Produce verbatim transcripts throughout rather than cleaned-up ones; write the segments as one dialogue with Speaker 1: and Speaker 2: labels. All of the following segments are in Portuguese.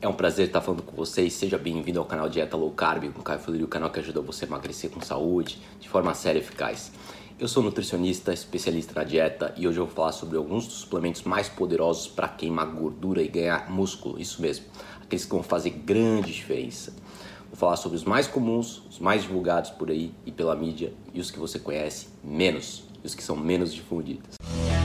Speaker 1: É um prazer estar falando com vocês. Seja bem-vindo ao canal Dieta Low Carb com Caio Fuleri, o canal que ajuda você a emagrecer com saúde, de forma séria e eficaz. Eu sou nutricionista, especialista na dieta e hoje eu vou falar sobre alguns dos suplementos mais poderosos para queimar gordura e ganhar músculo. Isso mesmo, aqueles que vão fazer grande diferença. Vou falar sobre os mais comuns, os mais divulgados por aí e pela mídia e os que você conhece menos, e os que são menos difundidos.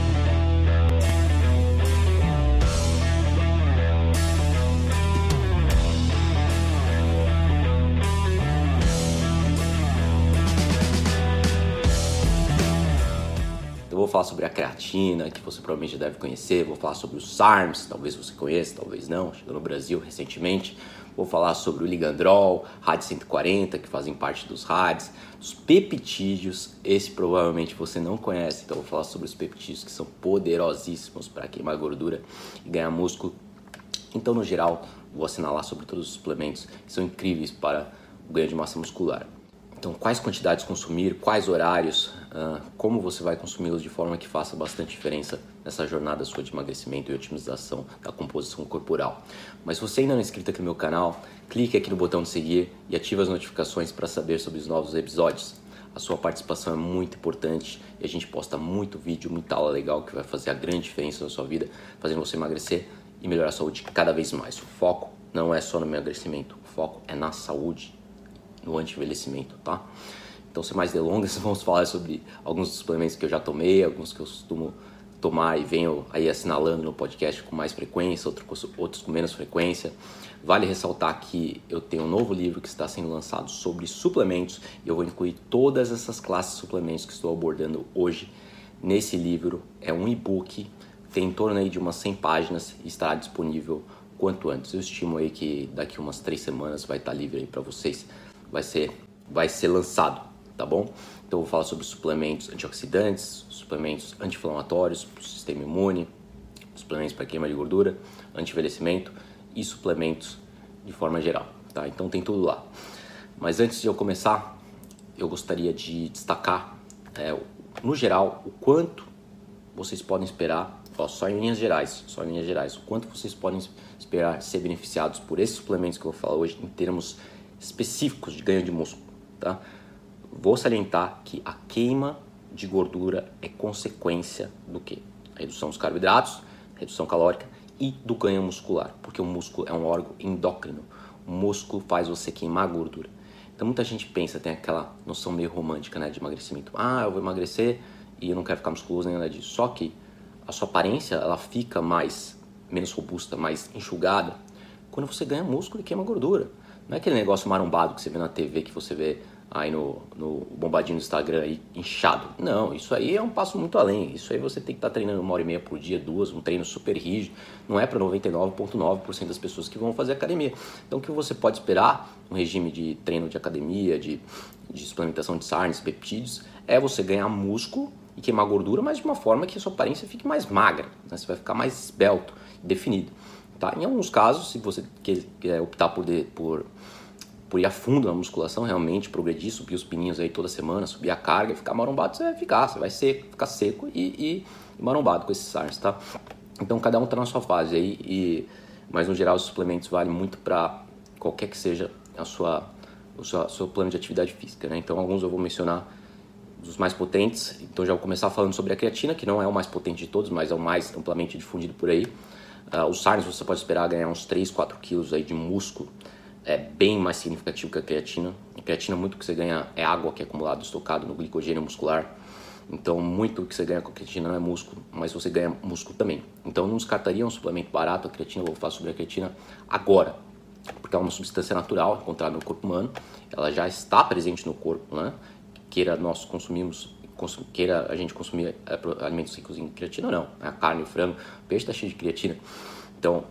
Speaker 1: Eu vou falar sobre a creatina, que você provavelmente já deve conhecer. Vou falar sobre os SARMs, talvez você conheça, talvez não. Chegou no Brasil recentemente. Vou falar sobre o Ligandrol, R A D cento e quarenta, que fazem parte dos R A Ds. Os peptídeos, esse provavelmente você não conhece. Então vou falar sobre os peptídeos que são poderosíssimos para queimar gordura e ganhar músculo. Então, no geral, vou assinalar sobre todos os suplementos que são incríveis para o ganho de massa muscular. Então, quais quantidades consumir, quais horários, uh, como você vai consumi-los de forma que faça bastante diferença nessa jornada sua de emagrecimento e otimização da composição corporal. Mas se você ainda não é inscrito aqui no meu canal, clique aqui no botão de seguir e ative as notificações para saber sobre os novos episódios. A sua participação é muito importante e a gente posta muito vídeo, muita aula legal que vai fazer a grande diferença na sua vida, fazendo você emagrecer e melhorar a saúde cada vez mais. O foco não é só no emagrecimento, o foco é na saúde, no anti-envelhecimento, tá? Então, sem mais delongas, vamos falar sobre alguns dos suplementos que eu já tomei, alguns que eu costumo tomar e venho aí assinalando no podcast com mais frequência, outros, outros com menos frequência. Vale ressaltar que eu tenho um novo livro que está sendo lançado sobre suplementos e eu vou incluir todas essas classes de suplementos que estou abordando hoje nesse livro. É um e-book, tem em torno aí de umas cem páginas e estará disponível quanto antes. Eu estimo aí que daqui umas três semanas vai estar livre aí para vocês. Vai ser, vai ser lançado, tá bom? Então eu vou falar sobre suplementos antioxidantes, suplementos anti-inflamatórios para o sistema imune, suplementos para queima de gordura, anti-envelhecimento e suplementos de forma geral, tá? Então tem tudo lá. Mas antes de eu começar, eu gostaria de destacar, é, no geral, o quanto vocês podem esperar, ó, só em linhas gerais, só em linhas gerais, o quanto vocês podem esperar ser beneficiados por esses suplementos que eu vou falar hoje em termos específicos de ganho de músculo, tá? Vou salientar que a queima de gordura é consequência do quê? A redução dos carboidratos, redução calórica e do ganho muscular, porque o músculo é um órgão endócrino. O músculo faz você queimar gordura. Então muita gente pensa, tem aquela noção meio romântica, né, de emagrecimento. Ah, eu vou emagrecer e eu não quero ficar musculoso nem nada disso. Só que a sua aparência, ela fica mais, menos robusta, mais enxugada quando você ganha músculo e queima gordura. Não é aquele negócio marombado que você vê na T V, que você vê aí no, no bombadinho do Instagram aí, inchado. Não, isso aí é um passo muito além. Isso aí você tem que estar treinando uma hora e meia por dia, duas, um treino super rígido. Não é para noventa e nove vírgula nove por cento das pessoas que vão fazer academia. Então o que você pode esperar, um regime de treino de academia, de, de suplementação de sarnes, peptídeos, é você ganhar músculo e queimar gordura, mas de uma forma que a sua aparência fique mais magra, né? Você vai ficar mais esbelto, definido. Tá? Em alguns casos, se você quer optar por, de, por, por ir a fundo na musculação, realmente progredir, subir os pininhos aí toda semana, subir a carga e ficar marombado, você vai ficar, você vai seco, ficar seco e, e, e marombado com esses SARMs, tá? Então cada um está na sua fase aí, e, mas no geral os suplementos valem muito para qualquer que seja a sua, o seu, seu plano de atividade física, né? Então alguns eu vou mencionar dos mais potentes, então já vou começar falando sobre a creatina, que não é o mais potente de todos, mas é o mais amplamente difundido por aí. Uh, os SARMs você pode esperar ganhar uns três, quatro quilos aí de músculo, é bem mais significativo que a creatina. A creatina, muito que você ganha é água que é acumulado, estocado no glicogênio muscular. Então muito que você ganha com a creatina não é músculo, mas você ganha músculo também. Então não descartaria um suplemento barato, a creatina. Eu vou falar sobre a creatina agora, porque é uma substância natural encontrada no corpo humano, ela já está presente no corpo, né? Queira nós consumimos queira a gente consumir alimentos ricos em creatina ou não, a carne, o frango, o peixe está cheio de creatina. Então,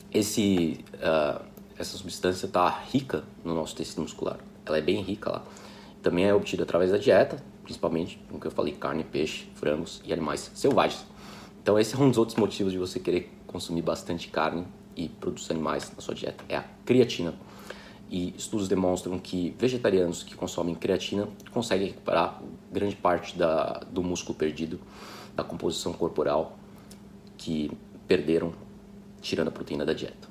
Speaker 1: esse, uh, essa substância está rica no nosso tecido muscular, ela é bem rica lá. Também é obtida através da dieta, principalmente, como eu falei, carne, peixe, frangos e animais selvagens. Então, esse é um dos outros motivos de você querer consumir bastante carne e produtos animais na sua dieta, é a creatina. E estudos demonstram que vegetarianos que consomem creatina conseguem recuperar grande parte da, do músculo perdido, da composição corporal que perderam tirando a proteína da dieta.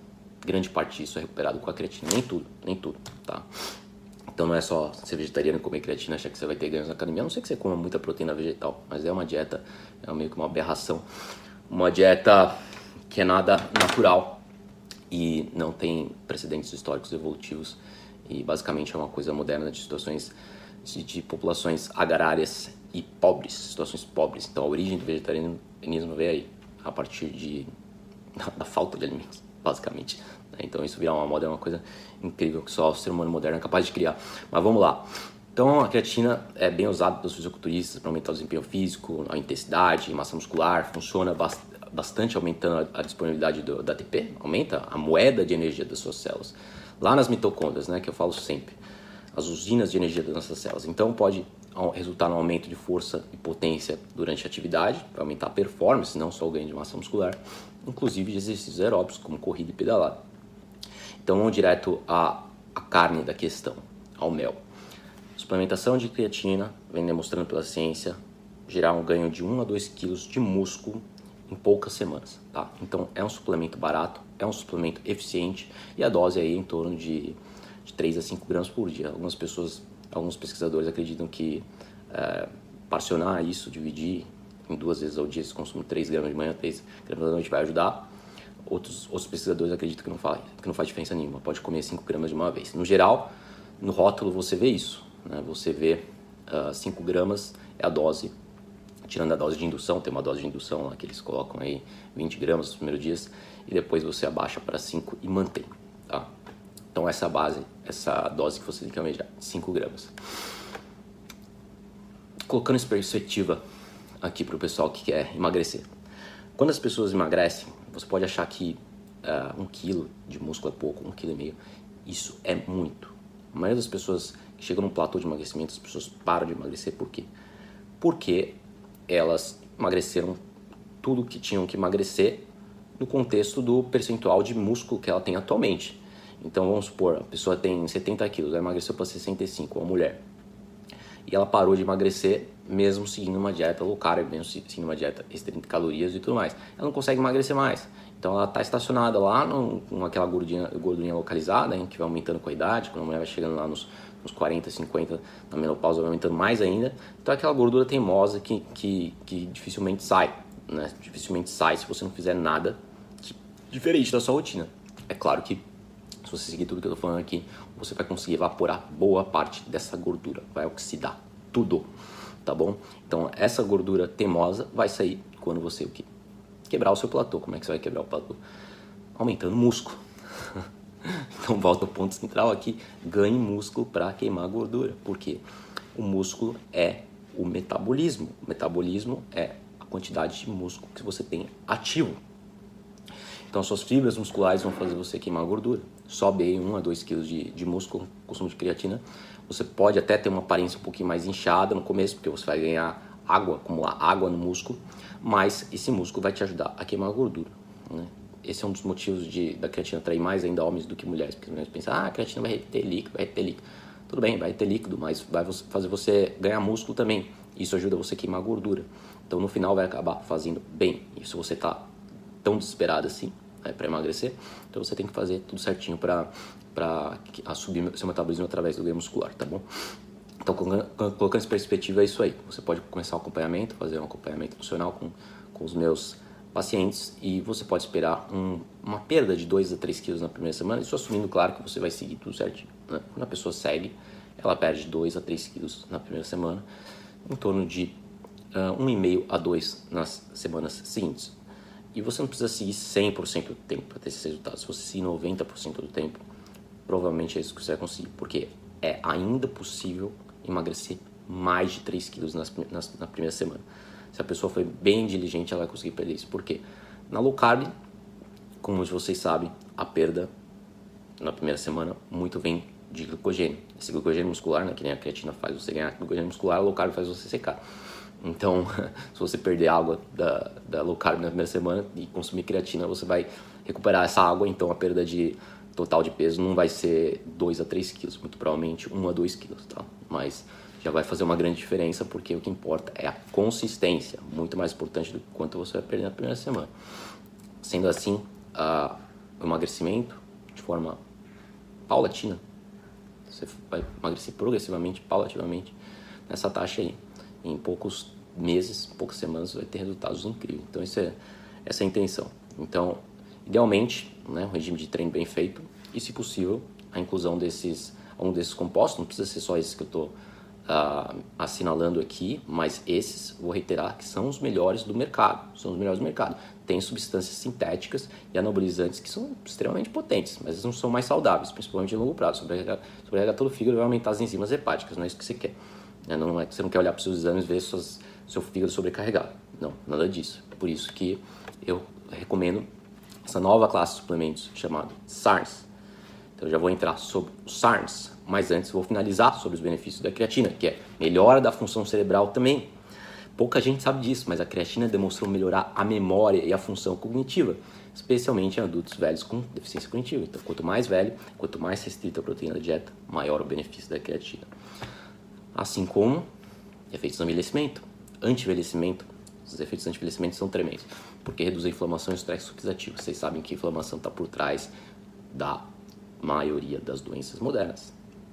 Speaker 1: grande parte disso é recuperado com a creatina. Nem tudo, nem tudo, tá? Então não é só ser vegetariano e comer creatina e achar que você vai ter ganhos na academia. A não sei que você coma muita proteína vegetal, mas é uma dieta, é meio que uma aberração. Uma dieta que é nada natural e não tem precedentes históricos evolutivos. E basicamente é uma coisa moderna de situações de, de populações agrárias e pobres, situações pobres. Então a origem do vegetarianismo veio aí, a partir de, da, da falta de alimentos, basicamente. Então isso virar uma moda é uma coisa incrível que só o ser humano moderno é capaz de criar. Mas vamos lá. Então a creatina é bem usada pelos fisiculturistas para aumentar o desempenho físico, a intensidade, massa muscular, funciona bast bastante aumentando a, a disponibilidade do, da A T P, aumenta a moeda de energia das suas células. Lá nas mitocôndrias, né, que eu falo sempre, as usinas de energia das nossas células. Então pode resultar no aumento de força e potência durante a atividade, para aumentar a performance, não só o ganho de massa muscular, inclusive de exercícios aeróbicos como corrida e pedalada. Então vamos direto à, à carne da questão, ao mel. Suplementação de creatina vem demonstrando pela ciência gerar um ganho de um a dois quilos de músculo em poucas semanas, tá? Então é um suplemento barato, é um suplemento eficiente e a dose aí é em torno de, de três a cinco gramas por dia. Algumas pessoas, alguns pesquisadores acreditam que é, parcionar isso, dividir em duas vezes ao dia, se consumir três gramas de manhã, três gramas da noite vai ajudar. Outros, outros pesquisadores acreditam que não, faz, que não faz diferença nenhuma, pode comer cinco gramas de uma vez. No geral, no rótulo você vê isso, né? Você vê uh, cinco gramas é a dose, tirando a dose de indução, tem uma dose de indução lá que eles colocam aí vinte gramas nos primeiros dias e depois você abaixa para cinco e mantém, tá? Então essa base, essa dose que você tem que almejar, cinco gramas. Colocando em perspectiva aqui para o pessoal que quer emagrecer. Quando as pessoas emagrecem, você pode achar que uh, um quilo de músculo é pouco, um quilo e meio. Isso é muito. A maioria das pessoas que chegam num platô de emagrecimento, as pessoas param de emagrecer. Por quê? Porque elas emagreceram tudo que tinham que emagrecer no contexto do percentual de músculo que ela tem atualmente. Então vamos supor, a pessoa tem setenta quilos, ela emagreceu para sessenta e cinco, uma mulher. E ela parou de emagrecer mesmo seguindo uma dieta low carb, mesmo seguindo uma dieta extra de calorias e tudo mais. Ela não consegue emagrecer mais. Então ela está estacionada lá no, com aquela gordurinha, gordurinha localizada, hein, que vai aumentando com a idade, quando a mulher vai chegando lá nos, nos quarenta, cinquenta, na menopausa vai aumentando mais ainda. Então é aquela gordura teimosa que, que, que dificilmente sai, né? Dificilmente sai se você não fizer nada que, diferente da sua rotina. É claro que se você seguir tudo que eu estou falando aqui, você vai conseguir evaporar boa parte dessa gordura, vai oxidar tudo, tá bom? Então essa gordura teimosa vai sair quando você o quê? Quebrar o seu platô. Como é que você vai quebrar o platô? Aumentando músculo. Então volta ao ponto central aqui, ganhe músculo para queimar a gordura. Por quê? O músculo é o metabolismo. O metabolismo é a quantidade de músculo que você tem ativo. Então as suas fibras musculares vão fazer você queimar a gordura. Sobe aí um a dois quilos de, de músculo, consumo de creatina. Você pode até ter uma aparência um pouquinho mais inchada no começo, porque você vai ganhar água, acumular água no músculo, mas esse músculo vai te ajudar a queimar a gordura, né? Esse é um dos motivos de, da creatina atrair mais ainda homens do que mulheres, porque as mulheres pensam, ah, a creatina vai reter líquido, vai reter líquido. Tudo bem, vai reter líquido, mas vai fazer você ganhar músculo também. Isso ajuda você a queimar a gordura. Então no final vai acabar fazendo bem. E se você está tão desesperado assim, né, para emagrecer, então você tem que fazer tudo certinho para para subir seu metabolismo através do ganho muscular, tá bom? Então, colocando em perspectiva, é isso aí. Você pode começar um acompanhamento, fazer um acompanhamento funcional com, com os meus pacientes e você pode esperar um, uma perda de dois a três quilos na primeira semana, isso assumindo, claro, que você vai seguir tudo certinho, né? Quando a pessoa segue, ela perde dois a três quilos na primeira semana, em torno de uh, um vírgula cinco a dois nas semanas seguintes. E você não precisa seguir cem por cento do tempo para ter esses resultados. Se você seguir noventa por cento do tempo, provavelmente é isso que você vai conseguir, porque é ainda possível emagrecer mais de três quilos nas, nas, na primeira semana. Se a pessoa foi bem diligente, ela vai conseguir perder isso. Por quê? Na low carb, como vocês sabem, a perda na primeira semana muito vem de glicogênio. Esse glicogênio muscular, né, que nem a creatina faz você ganhar glicogênio muscular, a low carb faz você secar. Então, se você perder água da, da low carb na primeira semana e consumir creatina, você vai recuperar essa água, então a perda de total de peso não vai ser dois a três quilos, muito provavelmente um a dois quilos, tá? Mas já vai fazer uma grande diferença, porque o que importa é a consistência, muito mais importante do que quanto você vai perder na primeira semana. Sendo assim, uh, o emagrecimento forma paulatina. Você vai emagrecer progressivamente, paulativamente, nessa taxa aí. Em poucos meses, poucas semanas, vai ter resultados incríveis. Então, isso é, essa é a intenção. Então, idealmente, né, um regime de treino bem feito e, se possível, a inclusão desses, um desses compostos. Não precisa ser só esses que eu estou uh, assinalando aqui, mas esses, vou reiterar, que são os melhores do mercado. São os melhores do mercado. Tem substâncias sintéticas e anabolizantes que são extremamente potentes, mas eles não são mais saudáveis, principalmente a longo prazo. Sobrecarregar, sobrecarregar todo o fígado vai aumentar as enzimas hepáticas, não é isso que você quer. Não é que você não quer olhar para os seus exames e ver suas, seu fígado sobrecarregado. Não, nada disso. Por isso que eu recomendo essa nova classe de suplementos chamada SARMs. Então eu já vou entrar sobre os SARMs, mas antes vou finalizar sobre os benefícios da creatina, que é melhora da função cerebral também. Pouca gente sabe disso, mas a creatina demonstrou melhorar a memória e a função cognitiva, especialmente em adultos velhos com deficiência cognitiva. Então, quanto mais velho, quanto mais restrita a proteína da dieta, maior o benefício da creatina. Assim como efeitos do envelhecimento, anti-envelhecimento. Os efeitos do anti-envelhecimento são tremendos, porque reduz a inflamação e o estresse oxidativo. Vocês sabem que a inflamação está por trás da maioria das doenças modernas,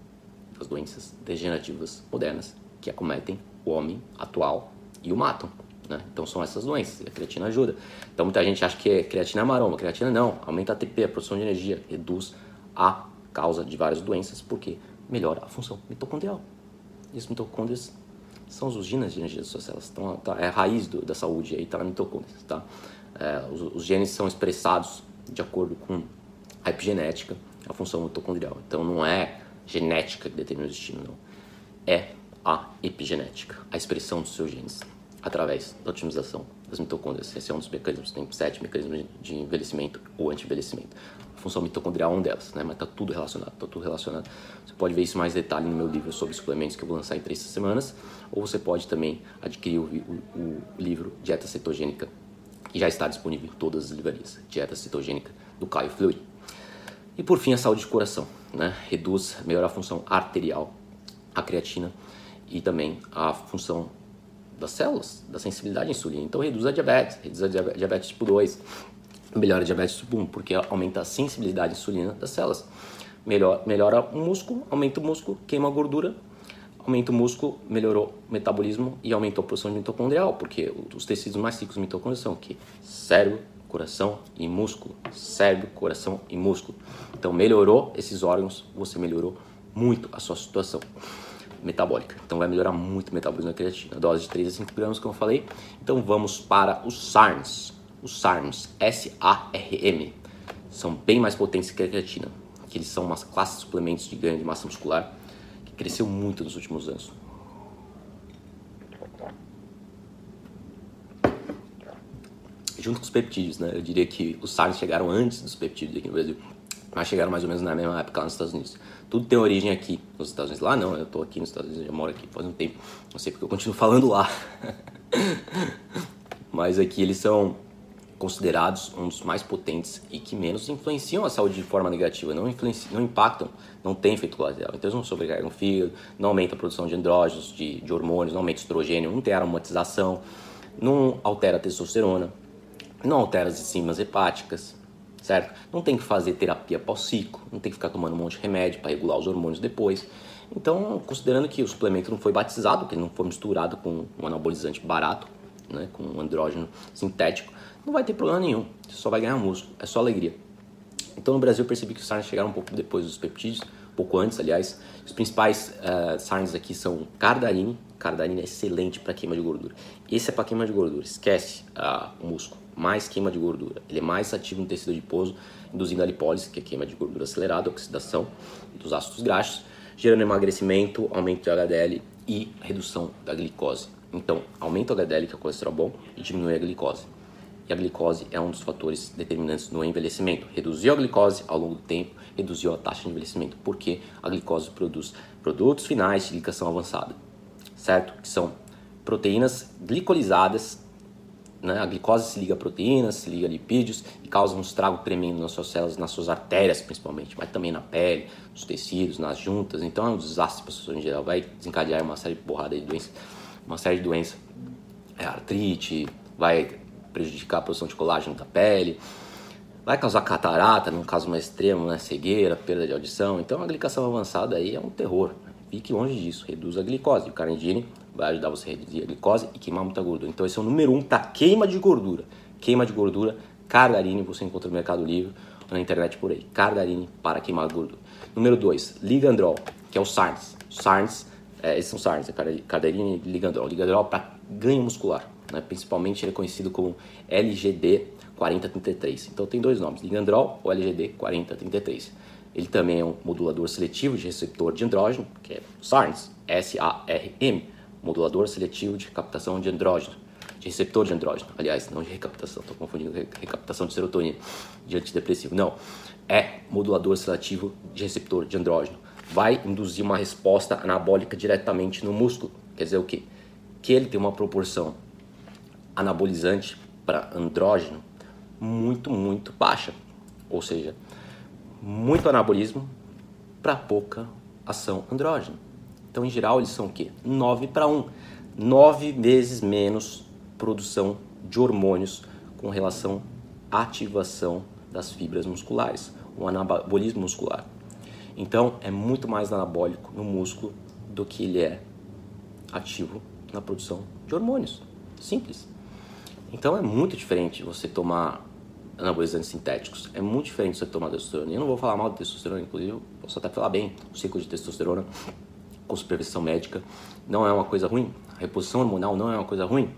Speaker 1: das doenças degenerativas modernas que acometem o homem atual e o matam, né? Então são essas doenças, e a creatina ajuda. Então muita gente acha que a creatina é maromba, a creatina não, aumenta a A T P, a produção de energia, reduz a causa de várias doenças, porque melhora a função mitocondrial. E as mitocôndrias são as usinas de energia das suas células, então, tá, é a raiz do, da saúde, aí está na mitocôndria, tá? É, os, os genes são expressados de acordo com a epigenética, a função mitocondrial. Então não é genética que determina o destino, não. É a epigenética, a expressão dos seus genes, através da otimização das mitocôndrias. Esse é um dos mecanismos, tem sete mecanismos de envelhecimento ou anti-envelhecimento. A função mitocondrial é um delas, né? Mas está tudo relacionado, tá tudo relacionado. Você pode ver isso em mais detalhe no meu livro sobre suplementos que eu vou lançar em três semanas, ou você pode também adquirir o, o, o livro Dieta Cetogênica, que já está disponível em todas as livrarias. Dieta Cetogênica, do Caio Fleury. E por fim, a saúde do coração, né? Reduz, melhora a função arterial, a creatina, e também a função das células, da sensibilidade à insulina. Então reduz a diabetes, reduz a diabetes tipo dois, melhora a diabetes tipo um, porque aumenta a sensibilidade à insulina das células. Melhora, melhora o músculo, aumenta o músculo, queima a gordura, aumenta o músculo, melhorou o metabolismo e aumentou a produção de mitocondrial, porque os tecidos mais ricos de mitocôndrias são o quê? Cérebro, coração e músculo. Cérebro, coração e músculo. Então melhorou esses órgãos, você melhorou muito a sua situação metabólica. Então vai melhorar muito o metabolismo da creatina. Dose de três a cinco gramas, como eu falei. Então vamos para os SARMs. Os SARMs, S A R M, são bem mais potentes que a creatina. Que eles são uma classe de suplementos de ganho de massa muscular que cresceu muito nos últimos anos. Junto com os peptídeos, né? Eu diria que os SARMs chegaram antes dos peptídeos aqui no Brasil, mas chegaram mais ou menos na mesma época lá nos Estados Unidos. Tudo tem origem aqui nos Estados Unidos. Lá não, eu tô aqui nos Estados Unidos, eu já moro aqui faz um tempo. Não sei porque eu continuo falando lá. Mas aqui eles são considerados um dos mais potentes e que menos influenciam a saúde de forma negativa. Não, influenciam, não impactam, não tem efeito colateral. Então eles não sobrecarregam o fígado, não aumenta a produção de andrógenos, de, de hormônios, não aumenta o estrogênio, não tem aromatização, não altera a testosterona, não altera as enzimas hepáticas, certo? Não tem que fazer terapia pós-ciclo, não tem que ficar tomando um monte de remédio para regular os hormônios depois. Então, considerando que o suplemento não foi batizado, que ele não foi misturado com um anabolizante barato, né, com um andrógeno sintético, não vai ter problema nenhum, você só vai ganhar músculo, é só alegria. Então no Brasil eu percebi que os SARMs chegaram um pouco depois dos peptídeos, um pouco antes, aliás. Os principais uh, SARMs aqui são cardarine. Cardarine é excelente para queima de gordura. Esse é para queima de gordura, esquece uh, o músculo, mais queima de gordura. Ele é mais ativo no tecido adiposo, induzindo a lipólise, que é queima de gordura acelerada, oxidação dos ácidos graxos, gerando emagrecimento, aumento de H D L e redução da glicose. Então, aumenta o H D L, que é o colesterol bom, e diminui a glicose. E a glicose é um dos fatores determinantes no envelhecimento. Reduziu a glicose ao longo do tempo, reduziu a taxa de envelhecimento, porque a glicose produz produtos finais de glicação avançada, certo? Que são proteínas glicolizadas, né? A glicose se liga a proteínas, se liga a lipídios e causa um estrago tremendo nas suas células, nas suas artérias principalmente, mas também na pele, nos tecidos, nas juntas. Então é um desastre para a pessoa em geral, vai desencadear uma série de porrada de doenças, uma série de doenças, é, artrite, vai prejudicar a produção de colágeno da pele, vai causar catarata, num caso mais extremo, né? Cegueira, perda de audição. Então a glicação avançada aí é um terror. Fique longe disso, reduz a glicose. O carnitine vai ajudar você a reduzir a glicose e queimar muita gordura. Então esse é o número um para queima de gordura. Queima de gordura, Cardarine, você encontra no Mercado Livre ou na internet por aí. Cardarine para queimar gordura. Número dois, Ligandrol, que é o SARMs. SARMs, é, esses são SARMs, é Cardarine e Ligandrol. Ligandrol para ganho muscular, né? Principalmente ele é conhecido como L G D quarenta trinta e três. Então tem dois nomes, Ligandrol ou L G D quarenta trinta e três. Ele também é um modulador seletivo de receptor de andrógeno, que é SARMs, S A R M, modulador seletivo de recaptação de andrógeno, de receptor de andrógeno, aliás, não de recaptação, estou confundindo recaptação de serotonina, de antidepressivo, não, é modulador seletivo de receptor de andrógeno, vai induzir uma resposta anabólica diretamente no músculo, quer dizer o quê? Que ele tem uma proporção anabolizante para andrógeno muito, muito baixa, ou seja, muito anabolismo para pouca ação andrógena. Então, em geral, eles são o quê? nove para um. nove vezes menos produção de hormônios com relação à ativação das fibras musculares, o anabolismo muscular. Então, é muito mais anabólico no músculo do que ele é ativo na produção de hormônios. Simples. Então, é muito diferente você tomar anabolizantes sintéticos. É muito diferente você tomar testosterona. Eu não vou falar mal de testosterona, inclusive, posso até falar bem o ciclo de testosterona com supervisão médica. Não é uma coisa ruim. A reposição hormonal não é uma coisa ruim.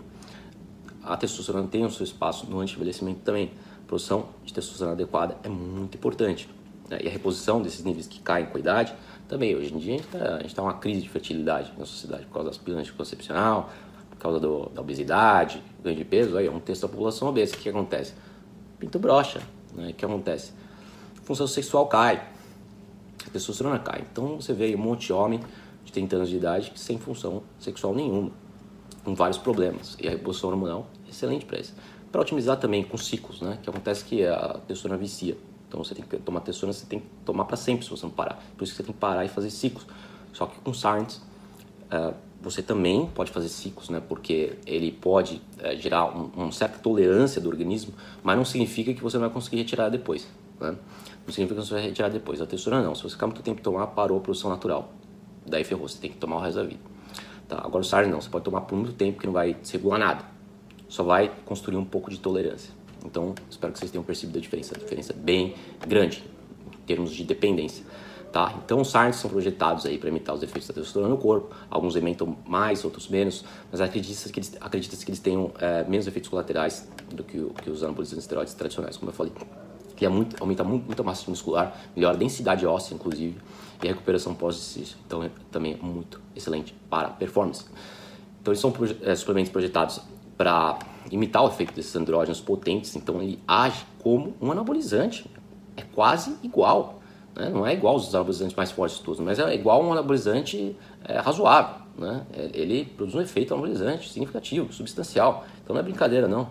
Speaker 1: A testosterona tem o seu espaço no anti-envelhecimento também. A produção de testosterona adequada é muito importante, né? E a reposição desses níveis que caem com a idade também. Hoje em dia a gente está tá uma crise de fertilidade na sociedade por causa das pílulas anticoncepcional, por causa do, da obesidade, ganho de peso. Aí é um terço da população obesa. O que acontece? Pinto brocha, né? O que acontece? A função sexual cai, a testosterona cai. Então você vê aí um monte de homem de trinta anos de idade sem função sexual nenhuma, com vários problemas. E a reposição hormonal é excelente para isso. Para otimizar também com ciclos, né? Que acontece que a testosterona vicia. Então você tem que tomar testosterona, você tem que tomar para sempre se você não parar. Por isso que você tem que parar e fazer ciclos. Só que com SARMs, uh, você também pode fazer ciclos, né? Porque ele pode uh, gerar um, uma certa tolerância do organismo, mas não significa que você não vai conseguir retirar depois, né? Não significa que você vai retirar depois. A testosterona não. Se você ficar muito tempo tomar, parou a produção natural. Daí ferrou, você tem que tomar o resto da vida. Tá? Agora o SARMs não, você pode tomar por muito tempo que não vai desregular nada. Só vai construir um pouco de tolerância. Então, espero que vocês tenham percebido a diferença. A diferença é bem grande em termos de dependência. Tá? Então, os SARMs são projetados aí para imitar os efeitos da testosterona no corpo. Alguns imitam mais, outros menos. Mas acredita-se que eles, acredita-se que eles tenham é, menos efeitos colaterais do que, o, que os anabolizantes esteroides tradicionais, como eu falei. Que é muito, aumenta muito, muito a massa muscular, melhora a densidade óssea, inclusive, e a recuperação pós-exercício. Então, é, também é muito excelente para a performance. Então, eles são é, suplementos projetados para imitar o efeito desses andrógenos potentes. Então, ele age como um anabolizante. É quase igual, né? Não é igual aos anabolizantes mais fortes todos, mas é igual a um anabolizante é, razoável, né? Ele produz um efeito anabolizante significativo, substancial. Então, não é brincadeira, não.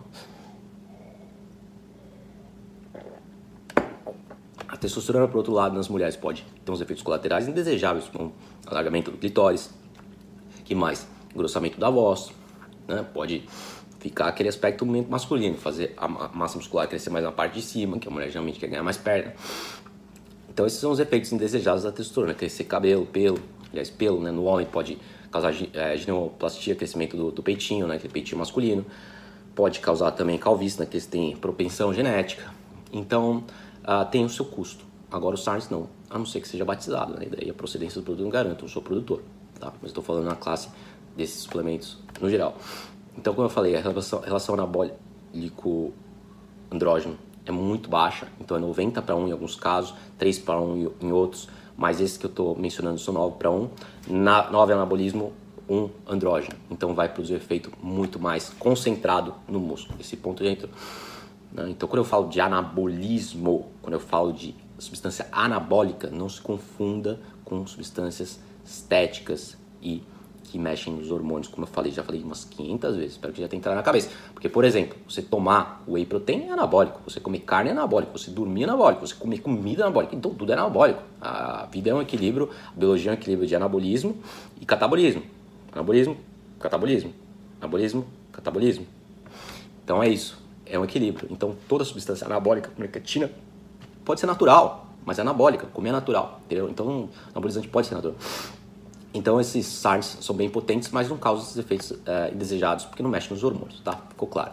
Speaker 1: A testosterona, por outro lado, nas mulheres pode ter uns efeitos colaterais indesejáveis, como alargamento do clitóris, que mais? Engrossamento da voz, né? Pode ficar aquele aspecto muito masculino, fazer a massa muscular crescer mais na parte de cima, que a mulher geralmente quer ganhar mais perna. Então esses são os efeitos indesejados da testosterona, crescer cabelo, pelo, aliás, pelo, né? No homem pode causar é, gineoplastia, crescimento do, do peitinho, né? Aquele peitinho masculino. Pode causar também calvície, né? Que eles têm propensão genética. Então, Uh, tem o seu custo. Agora o SARMs não, a não ser que seja batizado, né? E daí a procedência do produto não garanto, eu sou produtor, tá? Mas estou falando na classe desses suplementos no geral. Então, como eu falei, a relação, relação anabólico-andrógeno é muito baixa, então é noventa para um em alguns casos, três para um em outros, mas esse que eu estou mencionando são nove para um, na, nove anabolismo, um andrógeno, então vai produzir um efeito muito mais concentrado no músculo. Esse ponto já entrou. Então, quando eu falo de anabolismo, quando eu falo de substância anabólica, não se confunda com substâncias estéticas e que mexem nos hormônios, como eu falei, já falei umas quinhentas vezes, espero que já tenha entrado na cabeça. Porque, por exemplo, você tomar whey protein é anabólico, você comer carne é anabólico, você dormir é anabólico, você comer comida é anabólico, então tudo é anabólico. A vida é um equilíbrio, a biologia é um equilíbrio de anabolismo e catabolismo. Anabolismo, catabolismo, anabolismo, catabolismo. Então é isso. é um equilíbrio. Então, toda substância anabólica, como a creatina, pode ser natural, mas é anabólica, comer é natural, entendeu? Então, anabolizante pode ser natural. Então, esses S A R Ms são bem potentes, mas não causam esses efeitos é, indesejados, porque não mexe nos hormônios, tá? Ficou claro.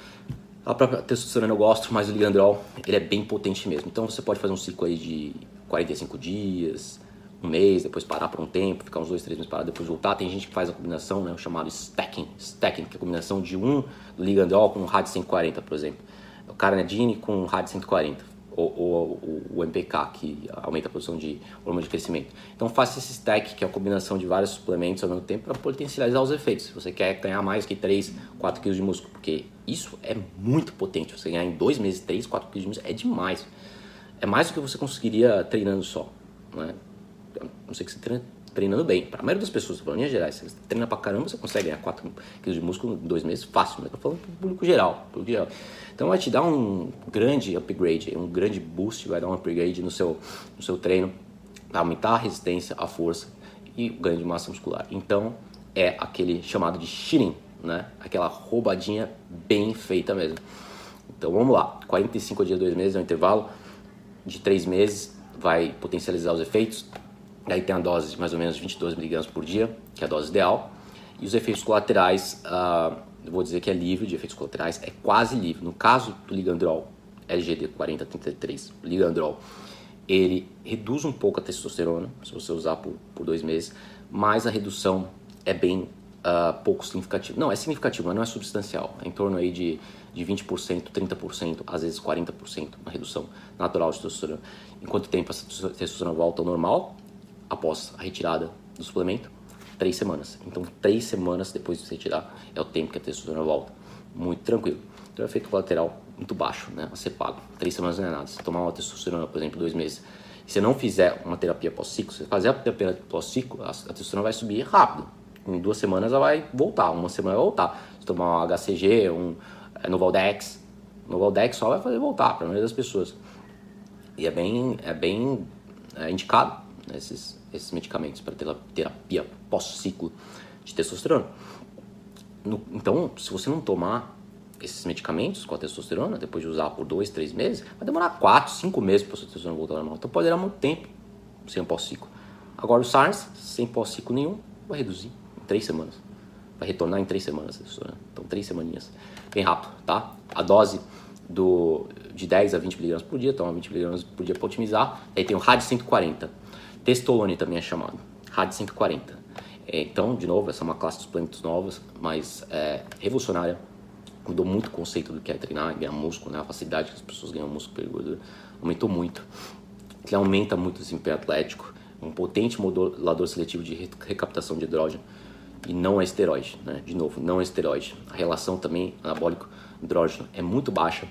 Speaker 1: A própria testosterona eu gosto, mas o ligandrol, ele é bem potente mesmo. Então, você pode fazer um ciclo aí de quarenta e cinco dias, um mês, depois parar por um tempo, ficar uns dois, três meses parado, depois voltar. Tem gente que faz a combinação, né, o chamado stacking, stacking, que é a combinação de um do ligandrol com um R A D cento e quarenta, por exemplo. O carnadine com um R A D cento e quarenta, ou, ou, ou o M P K, que aumenta a produção de hormônio de crescimento. Então faça esse stack, que é a combinação de vários suplementos ao mesmo tempo, para potencializar os efeitos. Se você quer ganhar mais que três, quatro quilos de músculo, porque isso é muito potente. Você ganhar em dois meses três, quatro quilos de músculo é demais. É mais do que você conseguiria treinando só, não é? Não sei que você treina treinando bem. Para a maioria das pessoas, para linhas gerais, se você treina pra caramba, você consegue ganhar quatro quilos de músculo em dois meses fácil, mas eu tô falando pro público geral, público geral. Então vai te dar um grande upgrade, um grande boost, vai dar um upgrade no seu, no seu treino, vai aumentar a resistência, a força e o ganho de massa muscular. Então é aquele chamado de cheating, né? Aquela roubadinha bem feita mesmo. Então vamos lá, quarenta e cinco dias, dois meses é um intervalo de três meses, vai potencializar os efeitos. Aí tem a dose de mais ou menos vinte e dois miligramas por dia, que é a dose ideal. E os efeitos colaterais, uh, eu vou dizer que é livre de efeitos colaterais, é quase livre. No caso do ligandrol, L G D quarenta trinta e três, o ligandrol, ele reduz um pouco a testosterona, se você usar por, por dois meses, mas a redução é bem uh, pouco significativa. Não, é significativo, mas não é substancial. É em torno aí de, de vinte por cento, trinta por cento, às vezes quarenta por cento, uma redução natural de testosterona. Em quanto tempo essa testosterona volta ao normal? Após a retirada do suplemento, três semanas. Então, três semanas depois de você retirar é o tempo que a testosterona volta. Muito tranquilo. Então, é um efeito colateral muito baixo, né? A ser pago. Três semanas não é nada. Se tomar uma testosterona, por exemplo, dois meses, e você não fizer uma terapia pós-ciclo, se você fazer a terapia pós-ciclo, a testosterona vai subir rápido. Em duas semanas ela vai voltar, uma semana vai voltar. Se tomar um H C G, um Novaldex, Novaldex só vai fazer voltar para a maioria das pessoas. E é bem, é bem é indicado esses, esses medicamentos para terapia pós-ciclo de testosterona. No, então, se você não tomar esses medicamentos com a testosterona, depois de usar por dois, três meses, vai demorar quatro, cinco meses para a sua testosterona voltar ao normal. Então pode durar muito tempo sem pós-ciclo. Agora o S A R S, sem pós-ciclo nenhum, vai reduzir em três semanas. Vai retornar em três semanas a testosterona. Então três semaninhas. Bem rápido, tá? A dose do, de dez a vinte miligramas por dia, toma vinte miligramas por dia para otimizar. Aí tem o R A D cento e quarenta. Testolone também é chamado, R A D cento e quarenta. É, então, de novo, essa é uma classe de suplementos novos, mas é, revolucionária. Mudou muito o conceito do que é treinar e ganhar músculo, né? A facilidade que as pessoas ganham músculo pela gordura aumentou muito. Ele aumenta muito o desempenho atlético, um potente modulador seletivo de recaptação de hidrogênio e não é esteroide, né? De novo, não é esteroide. A relação também anabólico-hidrógeno é muito baixa.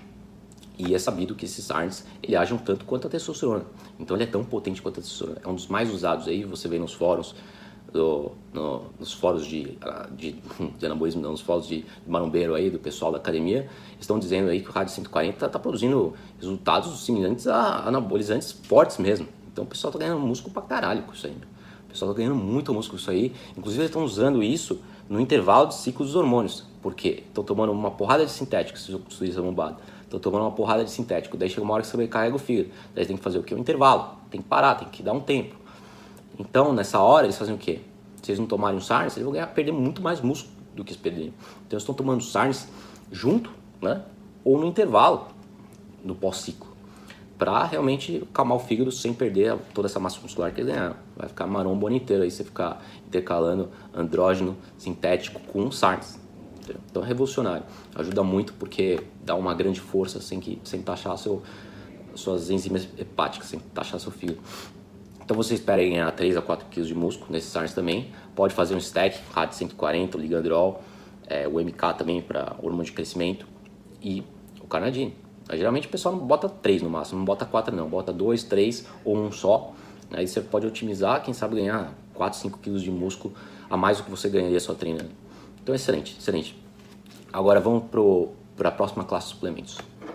Speaker 1: E é sabido que esses S A R Ms, ele agem um tanto quanto a testosterona. Então ele é tão potente quanto a testosterona. É um dos mais usados aí, você vê nos fóruns, do, no, nos fóruns de, de, de anabolismo, não, nos fóruns de, de marombeiro aí, do pessoal da academia, estão dizendo aí que o R A D cento e quarenta está produzindo resultados semelhantes a anabolizantes fortes mesmo. Então o pessoal está ganhando músculo pra caralho com isso aí. O pessoal está ganhando muito músculo com isso aí. Inclusive eles estão usando isso no intervalo de ciclo dos hormônios. Por quê? Estão tomando uma porrada de sintéticos, se isso é bombado. Estão tomando uma porrada de sintético. Daí chega uma hora que você sobrecarrega o fígado. Daí tem que fazer o quê? Um intervalo. Tem que parar, tem que dar um tempo. Então, nessa hora, eles fazem o quê? Se eles não tomarem o S A R S, eles vão ganhar, perder muito mais músculo do que eles perderiam. Então, eles estão tomando o S A R S junto, né? Ou no intervalo, no pós-ciclo. Para realmente calmar o fígado sem perder toda essa massa muscular que eles ganharam. Vai ficar marombo o ano inteiro aí, você ficar intercalando andrógeno sintético com o S A R S. Então é revolucionário, ajuda muito porque dá uma grande força sem, que, sem taxar seu, suas enzimas hepáticas, sem taxar seu fígado. Então você espera ganhar três a quatro quilos de músculo nesses S A R S também. Pode fazer um stack, R A D cento e quarenta, o ligandrol, é, o M K também para hormônio de crescimento e o carnadine. Geralmente o pessoal não bota três no máximo, não bota quatro não, bota dois, três ou um só. Aí você pode otimizar, quem sabe ganhar quatro, cinco quilos de músculo a mais do que você ganharia só treinando. Então, excelente, excelente. Agora vamos para a próxima classe de suplementos.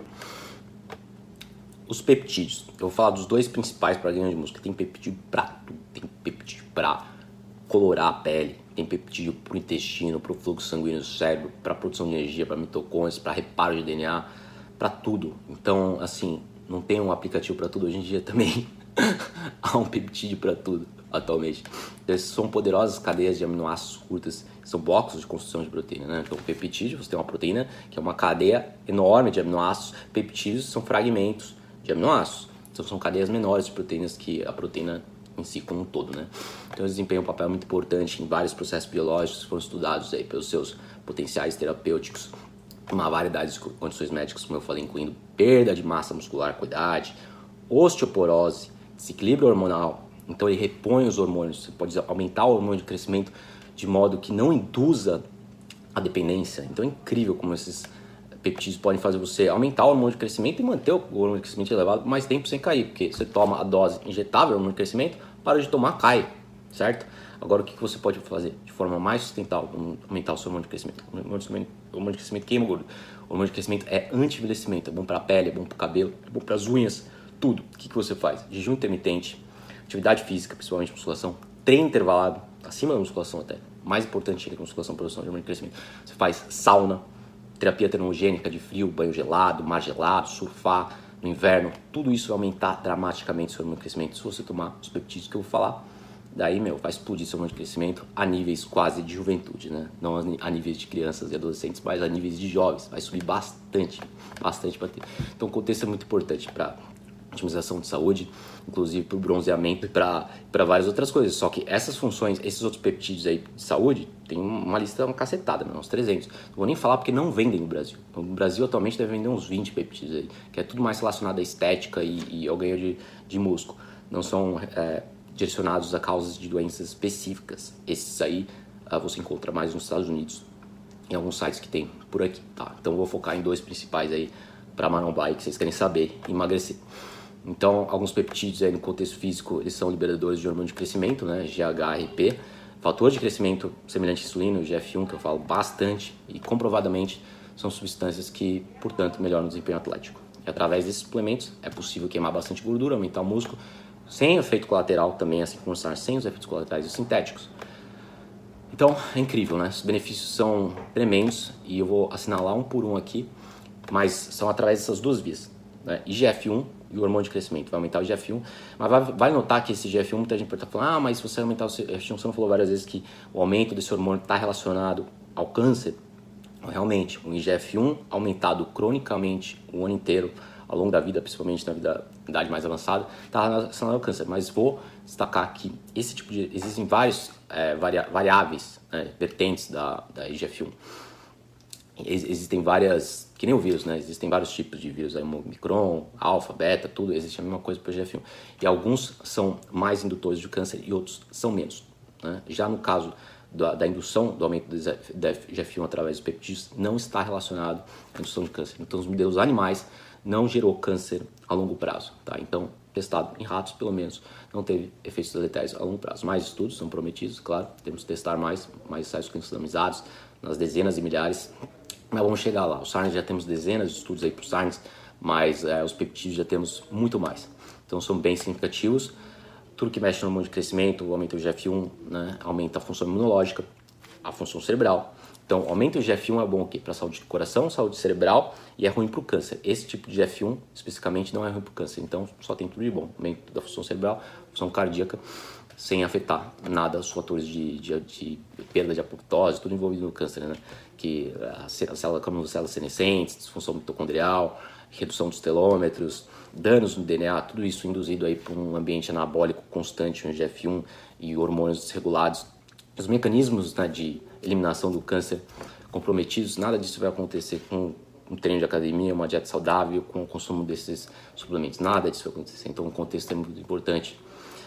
Speaker 1: Os peptídeos. Eu vou falar dos dois principais para ganho de músculo. Tem peptídeo para tudo. Tem peptídeo para descolorar a pele, tem peptídeo para o intestino, para o fluxo sanguíneo do cérebro, para produção de energia, para mitocôndrias, para reparo de D N A, para tudo. Então, assim, não tem um aplicativo para tudo. Hoje em dia também há um peptídeo para tudo atualmente. Então, são poderosas cadeias de aminoácidos curtas, são blocos de construção de proteína, né? Então, peptídeo, você tem uma proteína que é uma cadeia enorme de aminoácidos. Peptídeos são fragmentos de aminoácidos. Então, são cadeias menores de proteínas que a proteína em si como um todo, né? Então, eles desempenham um papel muito importante em vários processos biológicos que foram estudados aí pelos seus potenciais terapêuticos, uma variedade de condições médicas, como eu falei, incluindo perda de massa muscular com idade, osteoporose, desequilíbrio hormonal. Então, ele repõe os hormônios, você pode aumentar o hormônio de crescimento de modo que não induza a dependência. Então, é incrível como esses peptídeos podem fazer você aumentar o hormônio de crescimento e manter o hormônio de crescimento elevado por mais tempo sem cair, porque você toma a dose injetável do hormônio de crescimento, para de tomar, cai, certo? Agora, o que você pode fazer de forma mais sustentável para aumentar o seu hormônio de crescimento? O hormônio de crescimento queima gordura. O hormônio de crescimento é anti-envelhecimento, é bom para a pele, é bom para o cabelo, é bom para as unhas, tudo. O que você faz? Jejum intermitente, atividade física, principalmente musculação, treino intervalado, acima da musculação até, mais importante ainda que a musculação, produção de hormônio de crescimento. Você faz sauna, terapia termogênica de frio, banho gelado, mar gelado, surfar no inverno, tudo isso vai aumentar dramaticamente o seu hormônio de crescimento. Se você tomar os peptídeos que eu vou falar, daí, meu, vai explodir seu hormônio de crescimento a níveis quase de juventude, né? Não a níveis de crianças e adolescentes, mas a níveis de jovens. Vai subir bastante, bastante para ter. Então, o contexto é muito importante para otimização de saúde, inclusive para o bronzeamento e para várias outras coisas. Só que essas funções, esses outros peptídeos aí de saúde, tem uma lista, uma cacetada, né? Uns trezentos. Não vou nem falar porque não vendem no Brasil. No Brasil, atualmente, deve vender uns vinte peptídeos aí, que é tudo mais relacionado à estética e, e ao ganho de, de músculo. Não são é, direcionados a causas de doenças específicas. Esses aí uh, você encontra mais nos Estados Unidos, em alguns sites que tem por aqui, tá? Então, eu vou focar em dois principais aí para marombar e que vocês querem saber, emagrecer. Então, alguns peptídeos aí no contexto físico, eles são liberadores de hormônio de crescimento, né, G H R P, fator de crescimento semelhante à insulina, G F um, que eu falo bastante, e comprovadamente são substâncias que, portanto, melhoram o desempenho atlético. E através desses suplementos é possível queimar bastante gordura, aumentar o músculo, sem efeito colateral também, assim como sem os efeitos colaterais sintéticos. Então, é incrível, né? Os benefícios são tremendos e eu vou assinalar um por um aqui, mas são através dessas duas vias, né? I G F um e o hormônio de crescimento, vai aumentar o I G F um, mas vai, vai notar que esse I G F um, muita gente pode estar falando, ah, mas se você aumentar o I G F um, você não falou várias vezes que o aumento desse hormônio está relacionado ao câncer? Realmente, o I G F um aumentado cronicamente o ano inteiro, ao longo da vida, principalmente na vida, idade mais avançada, está relacionado ao câncer. Mas vou destacar que esse tipo de, existem vários é, varia, variáveis, né, vertentes da, da I G F um. Ex, existem várias, que nem o vírus, né? Existem vários tipos de vírus, aí, Omicron, alfa, beta, tudo, existe a mesma coisa para o I G F um. E alguns são mais indutores de câncer e outros são menos, né? Já no caso da, da indução do aumento do I G F um através dos peptídeos, não está relacionado à indução de câncer. Então, os modelos animais não gerou câncer a longo prazo, tá? Então, testado em ratos, pelo menos, não teve efeitos deletérios a longo prazo. Mais estudos são prometidos, claro, temos que testar mais, mais ensaios randomizados, nas dezenas e milhares, mas vamos chegar lá. O SARMs já temos dezenas de estudos aí para o SARMs, mas é, os peptídeos já temos muito mais. Então, são bem significativos. Tudo que mexe no hormônio de crescimento, aumenta o I G F um, né? Aumenta a função imunológica, a função cerebral. Então, aumento do I G F um é bom o quê? Para a saúde do coração, saúde cerebral, e é ruim para o câncer. Esse tipo de I G F um, especificamente, não é ruim para o câncer. Então, só tem tudo de bom. Aumento da função cerebral, função cardíaca, sem afetar nada os fatores de, de, de perda de apoptose, tudo envolvido no câncer, né? Que a célula, como as células senescentes, disfunção mitocondrial, redução dos telômetros, danos no D N A, tudo isso induzido aí por um ambiente anabólico constante, um I G F um e hormônios desregulados. Os mecanismos, né, de eliminação do câncer comprometidos, nada disso vai acontecer com um treino de academia, uma dieta saudável, com o consumo desses suplementos. Nada disso vai acontecer. Então, o contexto é muito importante.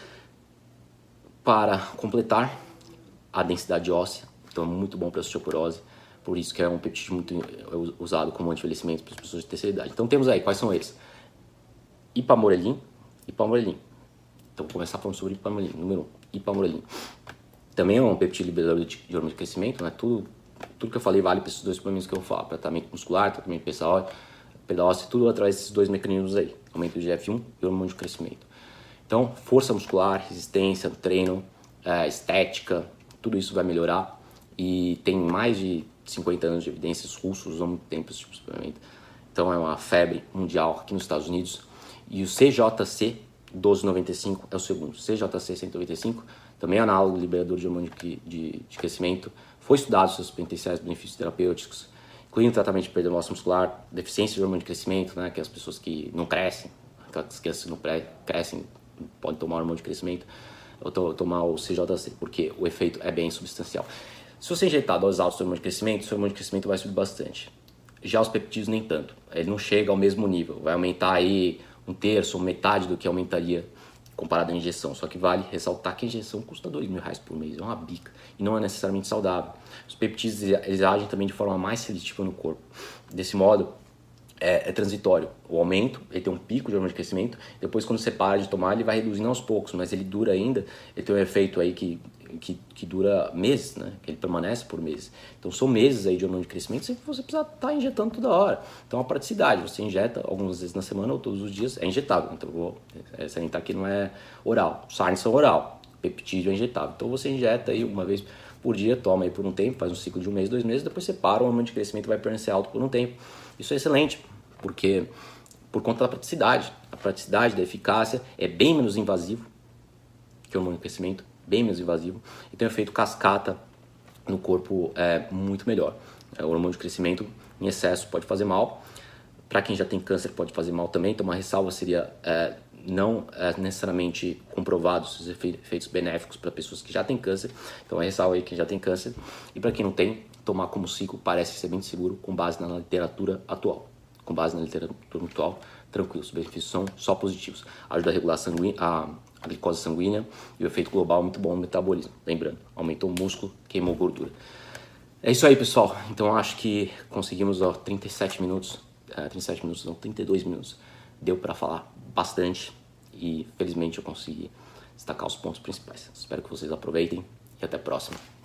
Speaker 1: Para completar, a densidade óssea. Então, é muito bom para a osteoporose. Por isso que é um peptídeo muito usado como anti-envelhecimento para as pessoas de terceira idade. Então, temos aí, quais são eles? Ipamorelin, ipamorelin. Então, vou começar falando sobre ipamorelin. Número um, ipamorelin. Também é um peptídeo liberador de hormônio de crescimento, né? Tudo, tudo que eu falei vale para esses dois suplementos que eu vou falar. Tratamento muscular, tratamento pessoal, perda óssea, tudo através desses dois mecanismos aí. Aumento do I G F um e hormônio de crescimento. Então, força muscular, resistência, treino, é, estética, tudo isso vai melhorar. E tem mais de cinquenta anos de evidências, russos usam muito tempo esse tipo de suplemento. Então é uma febre mundial aqui nos Estados Unidos. E o C J C doze noventa e cinco é o segundo. C J C cento e noventa e cinco, também é análogo liberador de hormônio de, de, de crescimento. Foi estudado seus potenciais benefícios terapêuticos, incluindo tratamento de perda de massa muscular, deficiência de hormônio de crescimento, né, que é as pessoas que não crescem, aquelas crianças que não crescem, podem tomar hormônio de crescimento, ou to, tomar o C J C, porque o efeito é bem substancial. Se você injetar doses altas de hormônio de crescimento, seu hormônio de crescimento vai subir bastante. Já os peptídeos nem tanto, ele não chega ao mesmo nível, vai aumentar aí um terço ou metade do que aumentaria comparado à injeção. Só que vale ressaltar que a injeção custa dois mil reais por mês, é uma bica e não é necessariamente saudável. Os peptídeos eles agem também de forma mais seletiva no corpo. Desse modo, é, é transitório. O aumento, ele tem um pico de hormônio de crescimento, depois quando você para de tomar, ele vai reduzindo aos poucos, mas ele dura ainda, ele tem um efeito aí que Que, que dura meses, né? Que ele permanece por meses. Então são meses aí de hormônio de crescimento sem que você precisa estar injetando toda hora. Então a praticidade, você injeta algumas vezes na semana ou todos os dias, é injetável. Então eu vou salientar que não é oral. Os SARMs são oral, peptídeo é injetável. Então você injeta aí uma vez por dia, toma aí por um tempo, faz um ciclo de um mês, dois meses, depois você para, o hormônio de crescimento vai permanecer alto por um tempo. Isso é excelente, porque por conta da praticidade. A praticidade, da eficácia é bem menos invasivo que o hormônio de crescimento, bem menos invasivo, e tem um efeito cascata no corpo é, muito melhor. É, o hormônio de crescimento em excesso pode fazer mal, para quem já tem câncer pode fazer mal também, então uma ressalva seria é, não é, necessariamente comprovados os efeitos benéficos para pessoas que já têm câncer, então uma ressalva aí quem já tem câncer, e para quem não tem, tomar como ciclo parece ser bem seguro com base na literatura atual. Com base na literatura atual, tranquilo, os benefícios são só positivos. Ajuda a regular sanguí- a, a glicose sanguínea e o efeito global é muito bom no metabolismo. Lembrando, aumentou o músculo, queimou gordura. É isso aí, pessoal. Então acho que conseguimos ó, trinta e sete minutos, é, trinta e sete minutos, não, trinta e dois minutos. Deu para falar bastante e felizmente eu consegui destacar os pontos principais. Espero que vocês aproveitem e até a próxima.